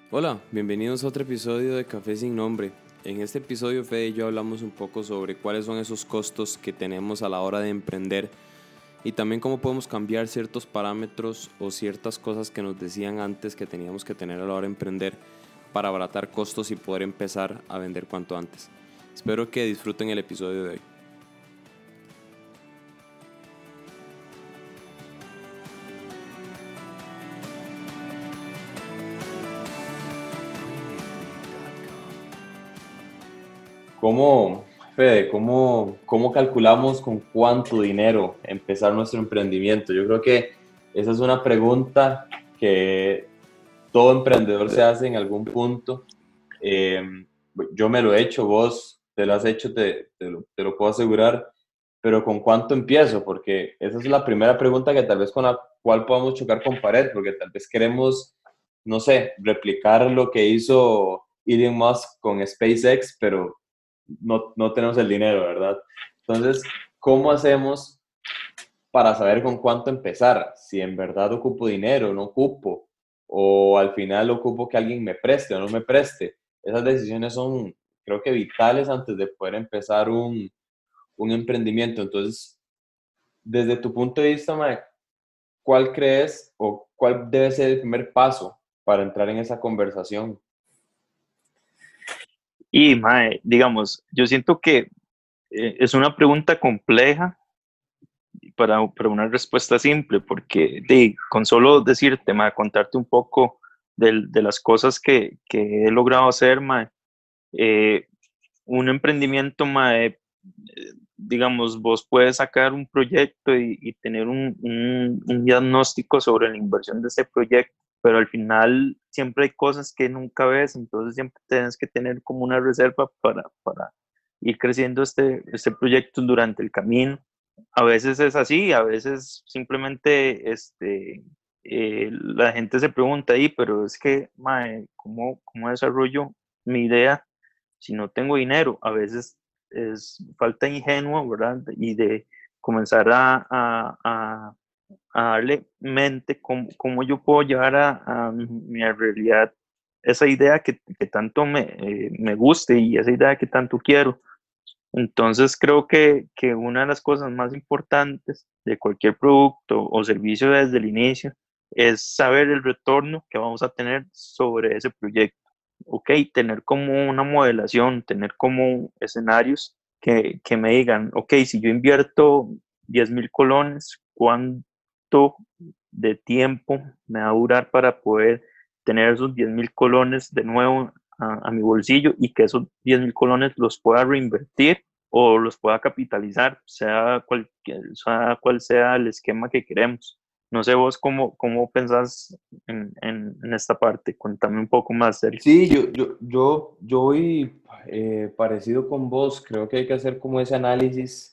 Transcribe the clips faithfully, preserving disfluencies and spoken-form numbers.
Hola, bienvenidos a otro episodio de Café Sin Nombre. En este episodio Fede y yo hablamos un poco sobre cuáles son esos costos que tenemos a la hora de emprender y también cómo podemos cambiar ciertos parámetros o ciertas cosas que nos decían antes que teníamos que tener a la hora de emprender para abaratar costos y poder empezar a vender cuanto antes. Espero que disfruten el episodio de hoy. ¿Cómo, Fede, cómo, cómo calculamos con cuánto dinero empezar nuestro emprendimiento? Yo creo que esa es una pregunta que todo emprendedor se hace en algún punto. Eh, yo me lo he hecho, vos te lo has hecho, te, te lo, te lo puedo asegurar, pero ¿con cuánto empiezo? Porque esa es la primera pregunta que tal vez con la cual podamos chocar con pared, porque tal vez queremos, no sé, replicar lo que hizo Elon Musk con SpaceX, pero no, no tenemos el dinero, ¿verdad? Entonces, ¿cómo hacemos para saber con cuánto empezar? Si en verdad ocupo dinero, no ocupo, o al final ocupo que alguien me preste o no me preste. Esas decisiones son, creo que vitales antes de poder empezar un, un emprendimiento. Entonces, desde tu punto de vista, Mike, ¿cuál crees o cuál debe ser el primer paso para entrar en esa conversación? Y, mae, digamos, yo siento que eh, es una pregunta compleja para, para una respuesta simple, porque de, con solo decirte, mae, contarte un poco de, de las cosas que, que he logrado hacer, mae, eh, un emprendimiento, mae, eh, digamos, vos puedes sacar un proyecto y, y tener un, un, un diagnóstico sobre la inversión de ese proyecto, pero al final siempre hay cosas que nunca ves, entonces siempre tienes que tener como una reserva para, para ir creciendo este, este proyecto durante el camino. A veces es así, a veces simplemente este, eh, la gente se pregunta ahí, pero es que, mae, ¿cómo, cómo desarrollo mi idea si no tengo dinero? A veces es falta ingenuo, ¿verdad? Y de comenzar a, a, a, a darle mente cómo, cómo yo puedo llevar a, a mi realidad esa idea que, que tanto me, eh, me guste y esa idea que tanto quiero. Entonces creo que, que una de las cosas más importantes de cualquier producto o servicio desde el inicio es saber el retorno que vamos a tener sobre ese proyecto. Ok, tener como una modelación, tener como escenarios que, que me digan, ok, si yo invierto diez mil colones, ¿cuánto de tiempo me va a durar para poder tener esos diez mil colones de nuevo a, a mi bolsillo y que esos diez mil colones los pueda reinvertir o los pueda capitalizar, sea cual, sea cual sea el esquema que queremos? No sé vos cómo, cómo pensás en, en, en esta parte. Cuéntame un poco más, Sergio. Sí, yo, yo, yo, yo voy eh, parecido con vos. Creo que hay que hacer como ese análisis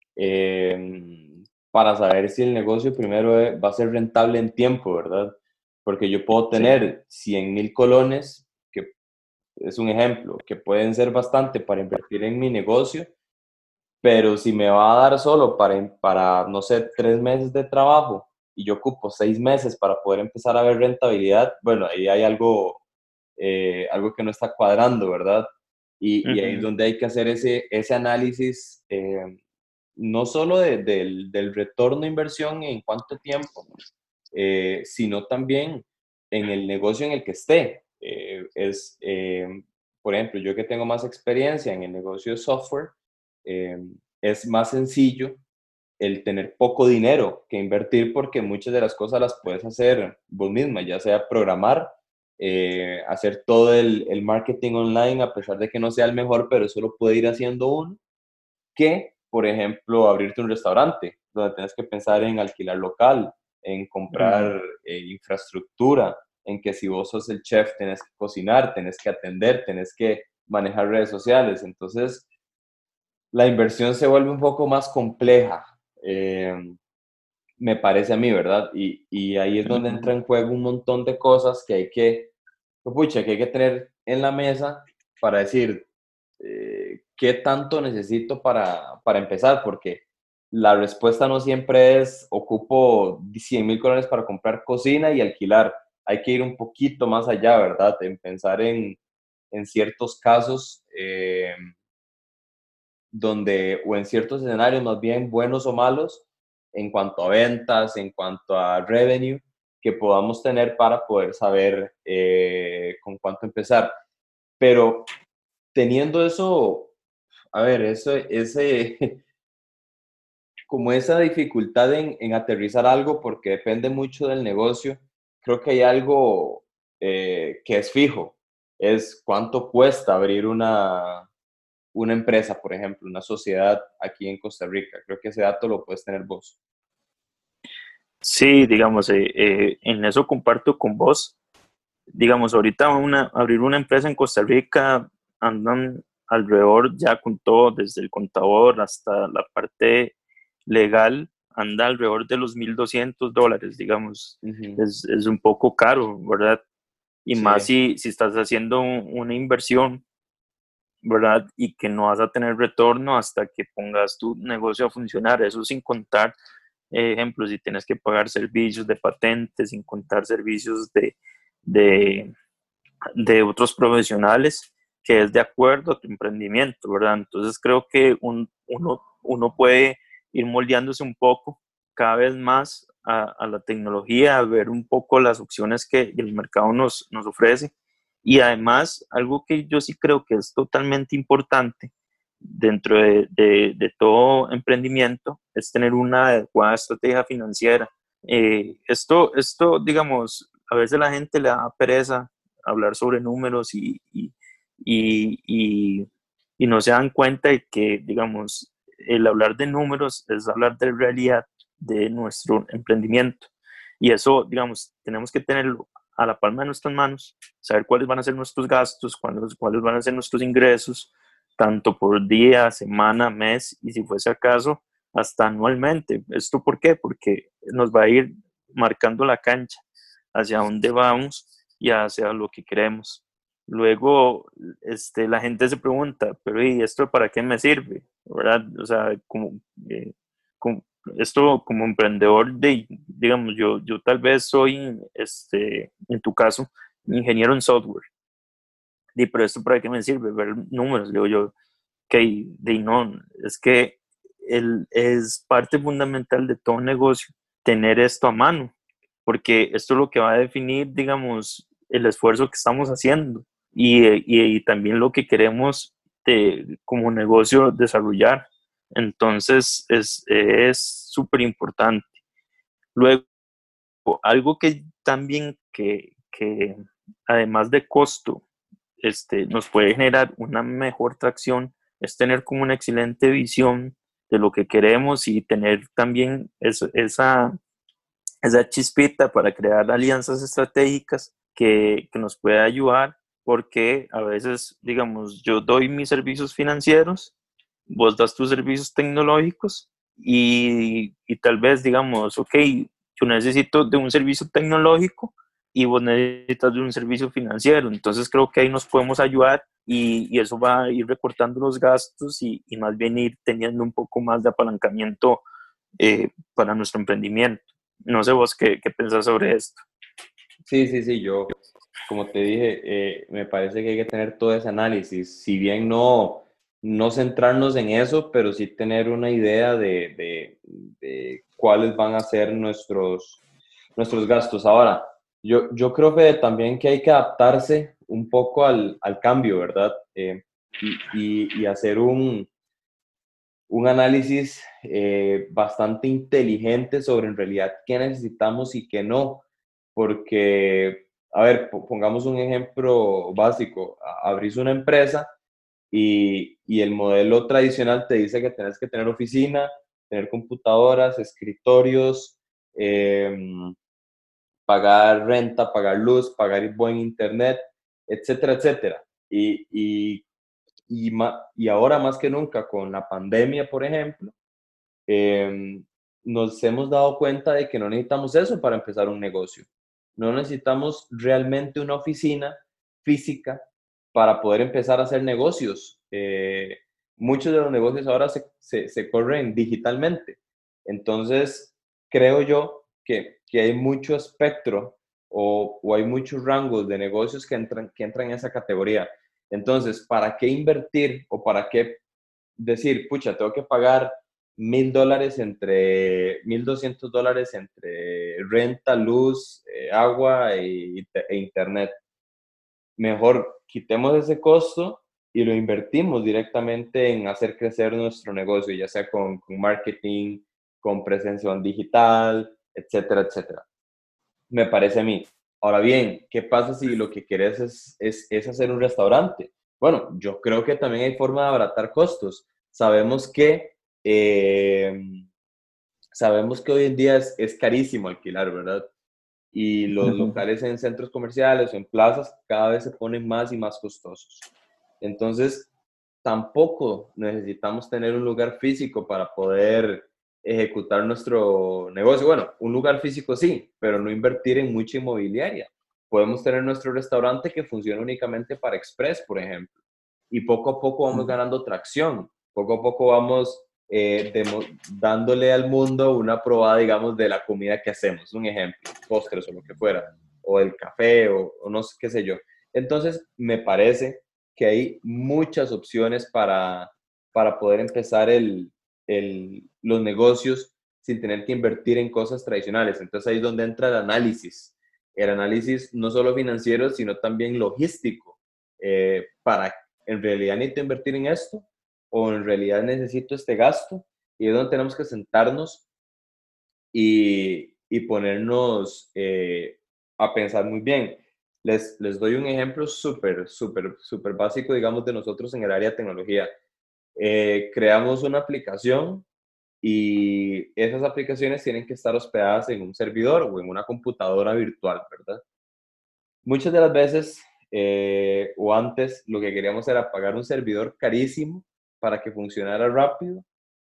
eh, para saber si el negocio primero eh, va a ser rentable en tiempo, ¿verdad? Porque yo puedo Sí. tener cien mil colones, que es un ejemplo, que pueden ser bastante para invertir en mi negocio, pero si me va a dar solo para, para, no sé, tres meses de trabajo y yo ocupo seis meses para poder empezar a ver rentabilidad, bueno, ahí hay algo, eh, algo que no está cuadrando, ¿verdad? Y, y ahí es Ujú. donde hay que hacer ese, ese análisis, eh, no solo de, del, del retorno de inversión en cuánto tiempo, eh, sino también en el negocio en el que esté. Eh, es, eh, por ejemplo, yo que tengo más experiencia en el negocio de software, eh, es más sencillo el tener poco dinero que invertir porque muchas de las cosas las puedes hacer vos misma, ya sea programar, eh, hacer todo el, el marketing online, a pesar de que no sea el mejor, pero eso lo puede ir haciendo uno, que, por ejemplo, abrirte un restaurante, donde tienes que pensar en alquilar local, en Ujú. comprar eh, infraestructura, en que si vos sos el chef, tenés que cocinar, tenés que atender, tenés que manejar redes sociales. Entonces, la inversión se vuelve un poco más compleja, eh, me parece a mí, ¿verdad? Y, y ahí es donde entra Ujú. en juego un montón de cosas que hay que, pues, pucha, que hay que tener en la mesa para decir eh, qué tanto necesito para, para empezar, porque la respuesta no siempre es ocupo cien mil colones para comprar cocina y alquilar. hay que ir un poquito más allá, ¿verdad? En pensar en, en ciertos casos eh, donde, o en ciertos escenarios más bien buenos o malos, en cuanto a ventas, en cuanto a revenue, que podamos tener para poder saber eh, con cuánto empezar. Pero teniendo eso, a ver, eso, ese, como esa dificultad en, en aterrizar algo, porque depende mucho del negocio, creo que hay algo eh, que es fijo, es cuánto cuesta abrir una, una empresa, por ejemplo, una sociedad aquí en Costa Rica. Creo que ese dato lo puedes tener vos. Sí, digamos, eh, eh, en eso comparto con vos. Digamos, ahorita una, abrir una empresa en Costa Rica andan alrededor ya con todo, desde el contador hasta la parte legal, anda alrededor de los mil doscientos dólares, digamos. Ujú. Es, es un poco caro, ¿verdad? Y más Sí, si, si estás haciendo un- una inversión, ¿verdad? Y que no vas a tener retorno hasta que pongas tu negocio a funcionar. Eso sin contar, eh, ejemplos, si tienes que pagar servicios de patentes, sin contar servicios de, de, de otros profesionales, que es de acuerdo a tu emprendimiento, ¿verdad? Entonces creo que un, uno, uno puede ir moldeándose un poco cada vez más a, a la tecnología, a ver un poco las opciones que el mercado nos, nos ofrece. Y además, algo que yo sí creo que es totalmente importante dentro de, de, de todo emprendimiento es tener una adecuada estrategia financiera. Eh, esto, esto, digamos, a veces la gente le da pereza hablar sobre números y, y, y, y, y no se dan cuenta de que, digamos, el hablar de números es hablar de realidad de nuestro emprendimiento. Y eso, digamos, tenemos que tenerlo a la palma de nuestras manos, saber cuáles van a ser nuestros gastos, cuáles, cuáles van a ser nuestros ingresos, tanto por día, semana, mes y si fuese acaso, hasta anualmente. ¿Esto por qué? Porque nos va a ir marcando la cancha hacia dónde vamos y hacia lo que queremos. Luego, este, la gente se pregunta, pero ¿y esto para qué me sirve? ¿Verdad? O sea, como, eh, como esto como emprendedor, de, digamos, yo, yo tal vez soy, este, en tu caso, ingeniero en software. ¿Y pero esto para qué me sirve? Ver números, digo yo, que de no, es que el, es parte fundamental de todo negocio tener esto a mano, porque esto es lo que va a definir, digamos, el esfuerzo que estamos haciendo y, y, y también lo que queremos de, como negocio desarrollar. Entonces, es es súper importante. Luego, algo que también que, que además de costo, este, nos puede generar una mejor tracción es tener como una excelente visión de lo que queremos y tener también es, esa, esa chispita para crear alianzas estratégicas que, que nos pueda ayudar, porque a veces, digamos, yo doy mis servicios financieros, vos das tus servicios tecnológicos y, y tal vez, digamos, ok, yo necesito de un servicio tecnológico y vos necesitas de un servicio financiero. Entonces creo que ahí nos podemos ayudar y, y eso va a ir recortando los gastos y, y, más bien ir teniendo un poco más de apalancamiento eh, para nuestro emprendimiento. No sé vos qué, qué pensás sobre esto. sí, sí, sí, yo, como te dije, eh, me parece que hay que tener todo ese análisis, si bien no, no centrarnos en eso, pero sí tener una idea de, de, de cuáles van a ser nuestros, nuestros gastos. Ahora, yo, yo creo, Fede, también que hay que adaptarse un poco al, al cambio, ¿verdad? Eh, y, y, y hacer un, un análisis eh, bastante inteligente sobre en realidad qué necesitamos y qué no, porque, a ver, pongamos un ejemplo básico, abrís una empresa y, y el modelo tradicional te dice que tenés que tener oficina, tener computadoras, escritorios, eh, pagar renta, pagar luz, pagar buen internet, etcétera, etcétera. Y, y, y, ma, y ahora más que nunca con la pandemia, por ejemplo, eh, nos hemos dado cuenta de que no necesitamos eso para empezar un negocio. No necesitamos realmente una oficina física para poder empezar a hacer negocios. Eh, muchos de los negocios ahora se, se, se corren digitalmente. Entonces, creo yo que, que hay mucho espectro o, o hay muchos rangos de negocios que entran, que entran en esa categoría. Entonces, ¿para qué invertir o para qué decir, pucha, tengo que pagar mil dólares entre, mil doscientos dólares entre renta, luz, eh, agua e, e internet? Mejor quitemos ese costo y lo invertimos directamente en hacer crecer nuestro negocio, ya sea con, con marketing, con presencia digital, etcétera, etcétera. Me parece a mí. Ahora bien, ¿qué pasa si lo que quieres es, es, es hacer un restaurante? Bueno, yo creo que también hay forma de abaratar costos. Sabemos que, eh, sabemos que hoy en día es, es carísimo alquilar, ¿verdad? Y los locales en centros comerciales o en plazas cada vez se ponen más y más costosos. Entonces, tampoco necesitamos tener un lugar físico para poder ejecutar nuestro negocio. Bueno, un lugar físico sí, pero no invertir en mucha inmobiliaria. Podemos tener nuestro restaurante que funcione únicamente para express, por ejemplo. Y poco a poco vamos ganando tracción. Poco a poco vamos eh, demo, dándole al mundo una probada, digamos, de la comida que hacemos. Un ejemplo, postres o lo que fuera, o el café, o, o no sé qué sé yo. Entonces, me parece que hay muchas opciones para, para poder empezar el, el, los negocios sin tener que invertir en cosas tradicionales. Entonces, ahí es donde entra el análisis. El análisis no solo financiero, sino también logístico. Eh, para, en realidad necesito invertir en esto, o en realidad necesito este gasto, y es donde tenemos que sentarnos y, y ponernos eh, a pensar muy bien. Les, les doy un ejemplo súper, súper, súper básico, digamos, de nosotros en el área de tecnología. Eh, creamos una aplicación y esas aplicaciones tienen que estar hospedadas en un servidor o en una computadora virtual, ¿verdad? Muchas de las veces, eh, o antes, lo que queríamos era pagar un servidor carísimo para que funcionara rápido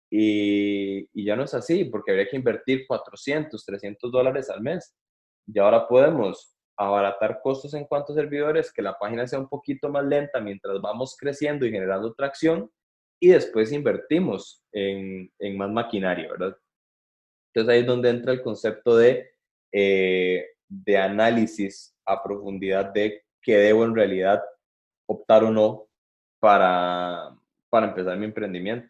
y, y ya no es así, porque habría que invertir cuatrocientos, trescientos dólares al mes. Y ahora podemos abaratar costos en cuanto a servidores, que la página sea un poquito más lenta mientras vamos creciendo y generando tracción, y después invertimos en, en más maquinaria, ¿verdad? Entonces ahí es donde entra el concepto de, eh, de análisis a profundidad de qué debo en realidad optar o no para, para empezar mi emprendimiento.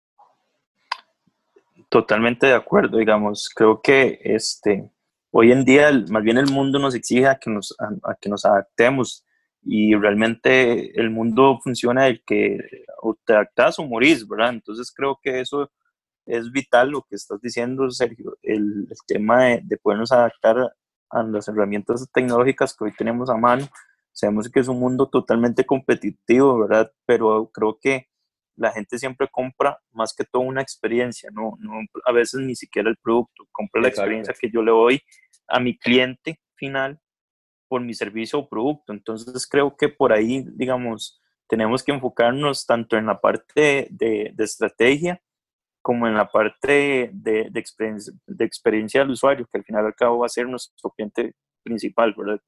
Totalmente de acuerdo, digamos, creo que este, hoy en día el- más bien el mundo nos exige a que nos, a, a que nos adaptemos y realmente el mundo funciona del que o te adaptas o morís, ¿verdad? Entonces creo que eso es vital lo que estás diciendo, Sergio, el, el tema de, de podernos adaptar a las herramientas tecnológicas que hoy tenemos a mano. Sabemos que es un mundo totalmente competitivo, ¿verdad? Pero creo que la gente siempre compra más que todo una experiencia, no, no a veces ni siquiera el producto, compra la Exacto. experiencia que yo le doy a mi cliente final por mi servicio o producto. Entonces creo que por ahí, digamos, tenemos que enfocarnos tanto en la parte de, de estrategia como en la parte de, de, experiencia, de experiencia del usuario, que al final y al cabo va a ser nuestro cliente principal, ¿verdad?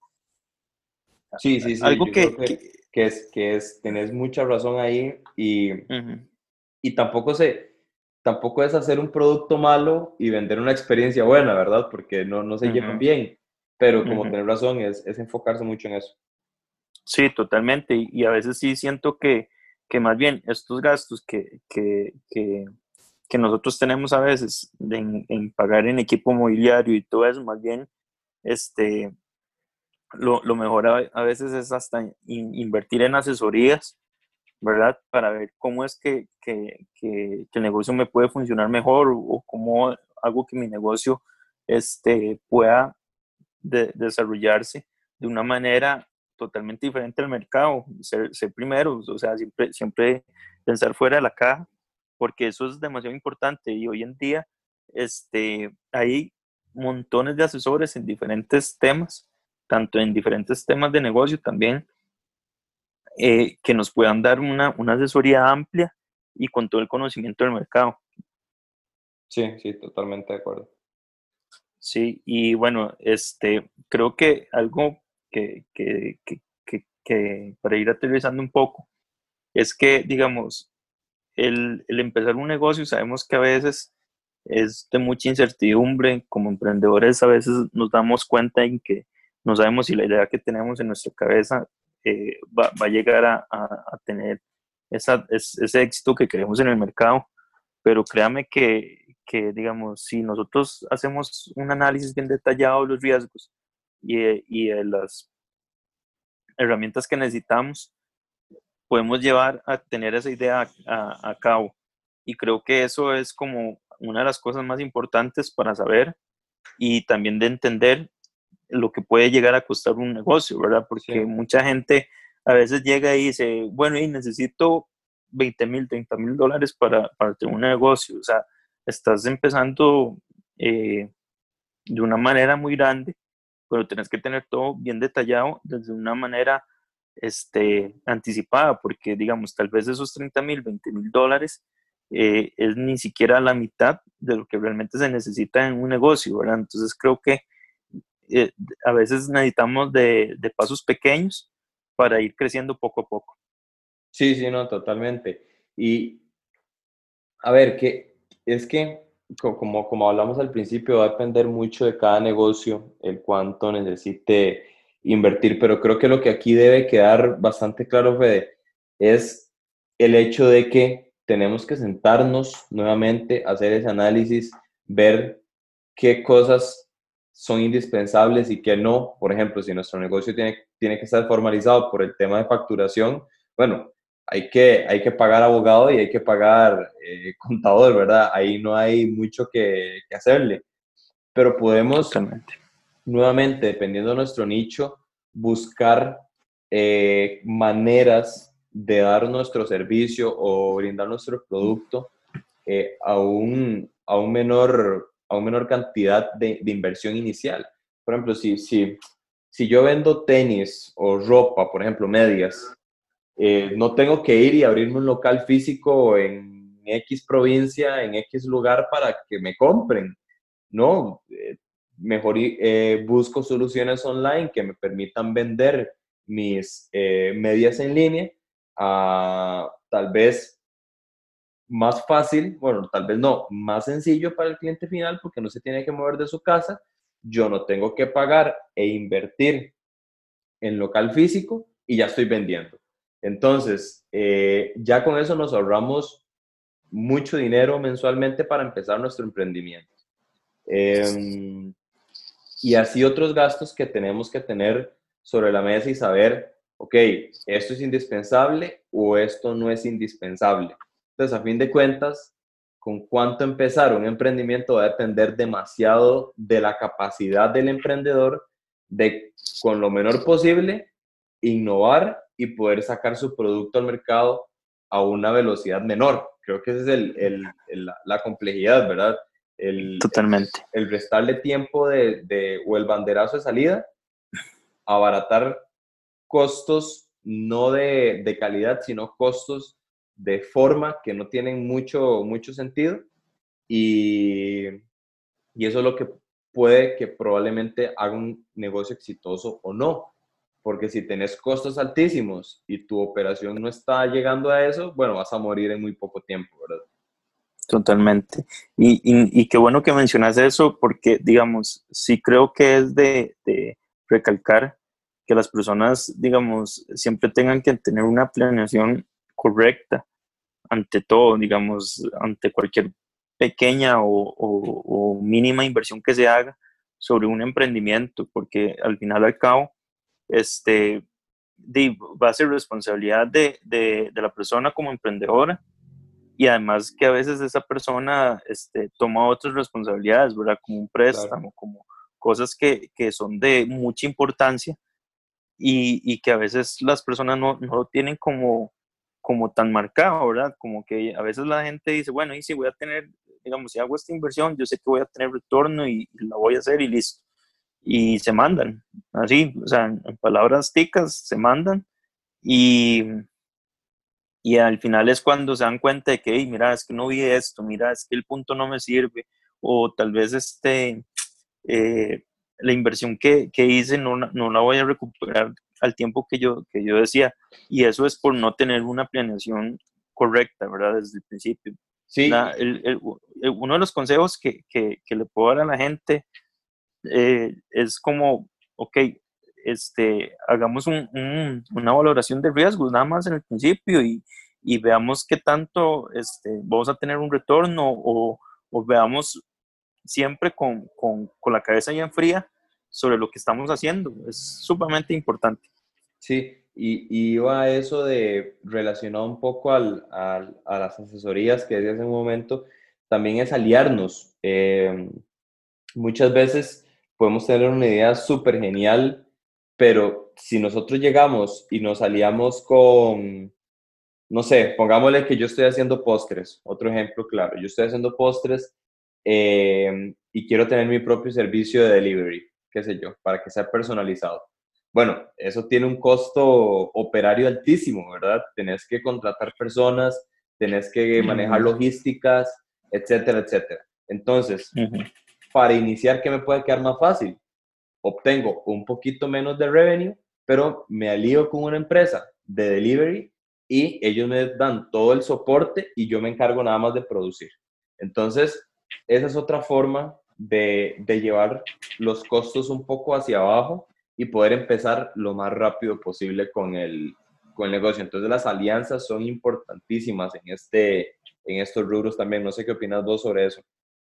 Sí, sí, sí, Algo yo creo que... que que, que es, que es, tenés mucha razón ahí y, uh-huh, y tampoco se, tampoco es hacer un producto malo y vender una experiencia buena, ¿verdad? Porque no, no se llevan uh-huh, bien, pero como uh-huh. tenés razón, es, es enfocarse mucho en eso. Sí, totalmente. Y, y, a veces sí siento que, que más bien estos gastos que, que, que, que nosotros tenemos a veces en, en pagar en equipo mobiliario y todo eso, más bien este, lo, lo mejor a, a veces es hasta in, invertir en asesorías, ¿verdad? Para ver cómo es que, que, que, que el negocio me puede funcionar mejor o, o cómo hago que mi negocio este, pueda de, desarrollarse de una manera totalmente diferente al mercado, ser, ser primeros, o sea, siempre, siempre pensar fuera de la caja, porque eso es demasiado importante y hoy en día este, hay montones de asesores en diferentes temas, tanto en diferentes temas de negocio también, eh, que nos puedan dar una, una asesoría amplia y con todo el conocimiento del mercado. Sí, sí, totalmente de acuerdo. Sí, y bueno, este, creo que algo que, que, que, que, que para ir aterrizando un poco es que, digamos, el, el empezar un negocio sabemos que a veces es de mucha incertidumbre, como emprendedores a veces nos damos cuenta en que no sabemos si la idea que tenemos en nuestra cabeza eh, va, va, a llegar a, a, a tener esa, es, ese éxito que queremos en el mercado, pero créame que, que, digamos, si nosotros hacemos un análisis bien detallado de los riesgos y, y de las herramientas que necesitamos, podemos llevar a tener esa idea a, a, a cabo. Y creo que eso es como una de las cosas más importantes para saber y también de entender lo que puede llegar a costar un negocio, ¿verdad? Porque Sí. mucha gente a veces llega y dice, bueno, y necesito veinte mil, treinta mil dólares para, para tener un negocio. O sea, estás empezando eh, de una manera muy grande, pero tenés que tener todo bien detallado desde una manera este, anticipada, porque digamos, tal vez esos treinta mil, veinte mil dólares eh, es ni siquiera la mitad de lo que realmente se necesita en un negocio, ¿verdad? Entonces creo que eh, a veces necesitamos de, de pasos pequeños para ir creciendo poco a poco. Sí, sí, no, totalmente. Y a ver, que es que co- como, como hablamos al principio, va a depender mucho de cada negocio el cuánto necesite invertir, pero creo que lo que aquí debe quedar bastante claro, Fede, es el hecho de que tenemos que sentarnos nuevamente, hacer ese análisis, ver qué cosas son indispensables y qué no. Por ejemplo, si nuestro negocio tiene, tiene que estar formalizado por el tema de facturación, bueno, hay que, hay que pagar abogado y hay que pagar eh, contador, ¿verdad? Ahí no hay mucho que, que hacerle, pero podemos Totalmente. nuevamente, dependiendo de nuestro nicho, buscar eh, maneras de dar nuestro servicio o brindar nuestro producto eh, a, un, a, un menor, a un menor cantidad de, de inversión inicial. Por ejemplo, si, si, si yo vendo tenis o ropa, por ejemplo, medias, eh, no tengo que ir y abrirme un local físico en X provincia, en X lugar para que me compren, ¿no? Eh, mejor eh, busco soluciones online que me permitan vender mis eh, medias en línea a tal vez más fácil, bueno, tal vez no, más sencillo para el cliente final porque no se tiene que mover de su casa, yo no tengo que pagar e invertir en local físico y ya estoy vendiendo. Entonces, eh, ya con eso nos ahorramos mucho dinero mensualmente para empezar nuestro emprendimiento. Eh, y así otros gastos que tenemos que tener sobre la mesa y saber, ok, esto es indispensable o esto no es indispensable. Entonces, a fin de cuentas, con cuánto empezar un emprendimiento va a depender demasiado de la capacidad del emprendedor de, con lo menor posible, innovar y poder sacar su producto al mercado a una velocidad menor. Creo que esa es el, el, el, la complejidad, ¿verdad? El, Totalmente. el restarle tiempo de, de, o el banderazo de salida, abaratar costos no de, de calidad, sino costos de forma que no tienen mucho, mucho sentido y, y eso es lo que puede que probablemente haga un negocio exitoso o no. Porque si tenés costos altísimos y tu operación no está llegando a eso, bueno, vas a morir en muy poco tiempo, ¿verdad? Totalmente. Y, y, y qué bueno que mencionas eso porque, digamos, sí creo que es de, de recalcar que las personas, digamos, siempre tengan que tener una planeación correcta ante todo, digamos, ante cualquier pequeña o, o, o mínima inversión que se haga sobre un emprendimiento, porque al final al cabo, este, de, va a ser responsabilidad de, de, de la persona como emprendedora y además que a veces esa persona este, toma otras responsabilidades, ¿verdad? Como un Claro. préstamo, como cosas que, que son de mucha importancia y, y que a veces las personas no, no lo tienen como, como tan marcado, ¿verdad? Como que a veces la gente dice, bueno, y si voy a tener, digamos, si hago esta inversión, yo sé que voy a tener retorno y, y la voy a hacer y listo. Y se mandan, así, o sea, en palabras ticas, se mandan y y al final es cuando se dan cuenta de que, hey, mira, es que no vi esto, mira, es que el punto no me sirve, o tal vez este, eh, la inversión que, que hice no, no la voy a recuperar al tiempo que yo, que yo decía. Y eso es por no tener una planeación correcta, ¿verdad? Desde el principio. La, Sí, el, el, uno de los consejos que, que, que, le puedo dar a la gente eh, es como, ok, este, hagamos un, un, una valoración de riesgos nada más en el principio y, y veamos qué tanto este, vamos a tener un retorno o, o veamos siempre con, con, con la cabeza bien fría sobre lo que estamos haciendo. Es sumamente importante. Sí, y, y iba a eso de relacionado un poco al, al- a las asesorías que decía hace un momento, también es aliarnos. Eh, muchas veces podemos tener una idea súper genial, pero si nosotros llegamos y nos aliamos con, no sé, pongámosle que yo estoy haciendo postres, otro ejemplo claro, yo estoy haciendo postres eh, y quiero tener mi propio servicio de delivery, qué sé yo, para que sea personalizado. Bueno, eso tiene un costo operario altísimo, ¿verdad? Tenés que contratar personas, tenés que manejar Ujú, logísticas, etcétera, etcétera. Entonces, ujú, para iniciar, ¿qué me puede quedar más fácil? Obtengo un poquito menos de revenue, pero me alío con una empresa de delivery y ellos me dan todo el soporte y yo me encargo nada más de producir. Entonces, esa es otra forma de, de llevar los costos un poco hacia abajo y poder empezar lo más rápido posible con el, con el negocio. Entonces, las alianzas son importantísimas en, este, en estos rubros también. No sé qué opinas vos sobre eso.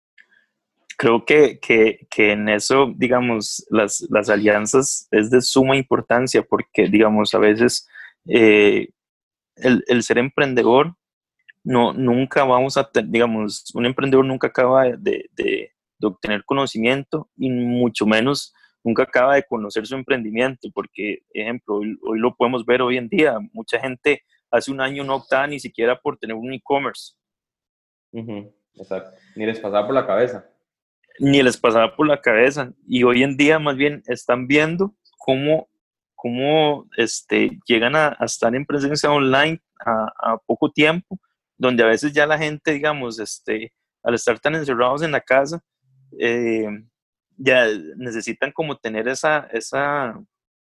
creo que, que, que en eso, digamos, las, las alianzas es de suma importancia porque, digamos, a veces eh, el, el ser emprendedor, no, nunca vamos a, tener, digamos, un emprendedor nunca acaba de, de, de obtener conocimiento y mucho menos nunca acaba de conocer su emprendimiento porque, ejemplo, hoy, hoy lo podemos ver hoy en día, mucha gente hace un año no optaba ni siquiera por tener un e-commerce, Ujú, exacto. Ni les pasaba por la cabeza. ni les pasaba por la cabeza. Y hoy en día más bien están viendo cómo, cómo este, llegan a, a estar en presencia online a, a, poco tiempo, donde a veces ya la gente, digamos, este, al estar tan encerrados en la casa, eh, ya necesitan como tener esa, esa,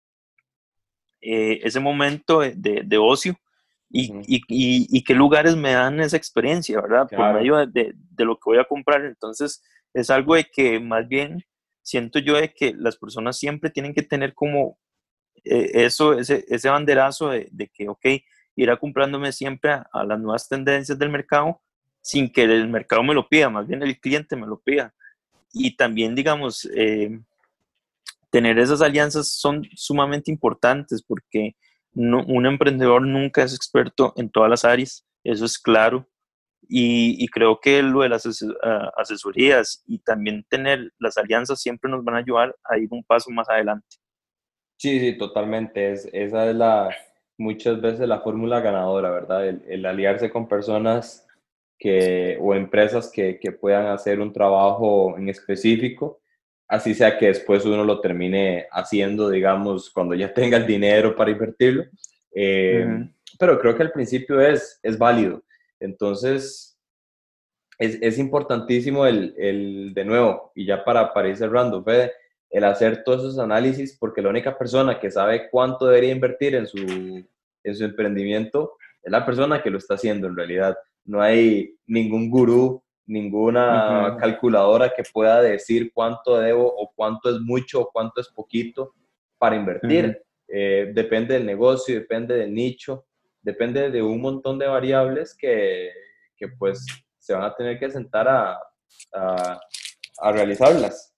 eh, ese momento de, de, de ocio y, Ujú, y, y, y, qué lugares me dan esa experiencia, ¿verdad? Por claro. medio de, de, de, lo que voy a comprar. Entonces, es algo de que más bien siento yo de que las personas siempre tienen que tener como eh, eso, ese, ese banderazo de, de que, ok, irá comprándome siempre a, a las nuevas tendencias del mercado sin que el mercado me lo pida, más bien el cliente me lo pida. Y también, digamos, eh, tener esas alianzas son sumamente importantes porque no, un emprendedor nunca es experto en todas las áreas, eso es claro. Y, y creo que lo de las ases- a- asesorías y también tener las alianzas siempre nos van a ayudar a ir un paso más adelante. Sí, sí, totalmente. Es, esa es la, muchas veces la fórmula ganadora, ¿verdad? El, el aliarse con personas que, o empresas que, que puedan hacer un trabajo en específico, así sea que después uno lo termine haciendo, digamos, cuando ya tenga el dinero para invertirlo. Eh, Ujú. pero creo que al principio es, es válido. Entonces, es, es importantísimo el, el, de nuevo, y ya para, para ir cerrando, Fede, el hacer todos esos análisis, porque la única persona que sabe cuánto debería invertir en su, en su emprendimiento es la persona que lo está haciendo en realidad. No hay ningún gurú, ninguna Ujú, calculadora que pueda decir cuánto debo o cuánto es mucho o cuánto es poquito para ujú. invertir. Eh, depende del negocio, depende del nicho, depende de un montón de variables que, que pues se van a tener que sentar a, a, a realizarlas.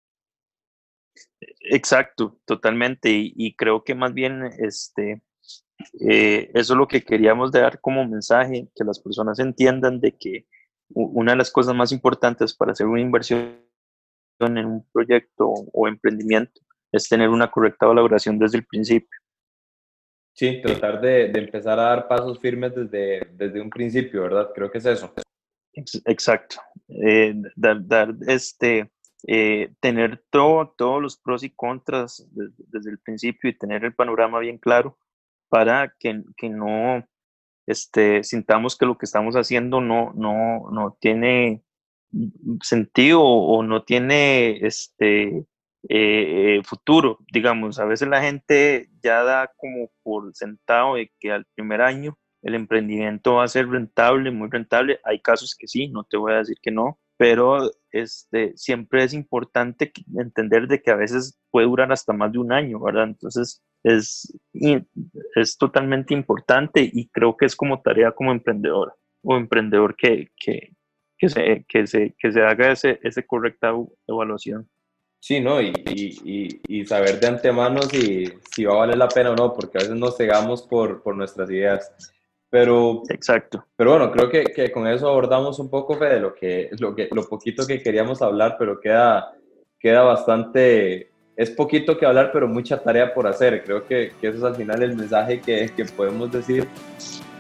Exacto, totalmente. Y, y creo que más bien este, eh, eso es lo que queríamos dar como mensaje, que las personas entiendan de que u- una de las cosas más importantes para hacer una inversión en un proyecto o emprendimiento es tener una correcta valoración desde el principio. Sí, tratar de, de empezar a dar pasos firmes desde, desde un principio, ¿verdad? Creo que es eso. Ex- Exacto. Eh, dar, dar, este, eh, tener todo, todos los pros y contras desde, desde el principio y tener el panorama bien claro para que, que no este, sintamos que lo que estamos haciendo no, no, no tiene sentido o no tiene este, eh, futuro. Digamos, a veces la gente ya da como por sentado de que al primer año el emprendimiento va a ser rentable, muy rentable. Hay casos que sí, no te voy a decir que no, pero este, siempre es importante entender de que a veces puede durar hasta más de un año, ¿verdad? Entonces es, es totalmente importante y creo que es como tarea como emprendedor o emprendedor que, que, que, se, que, se, que se haga ese, ese correcta evaluación. Sí, ¿no? Y, y, y, y saber de antemano si, si va a valer la pena o no, porque a veces nos cegamos por, por nuestras ideas. Pero, Exacto. pero bueno, creo que, que con eso abordamos un poco, Fede, lo, que, lo, que, lo poquito que queríamos hablar, pero queda, queda bastante, es poquito que hablar, pero mucha tarea por hacer. Creo que, que eso es al final el mensaje que, que podemos decir.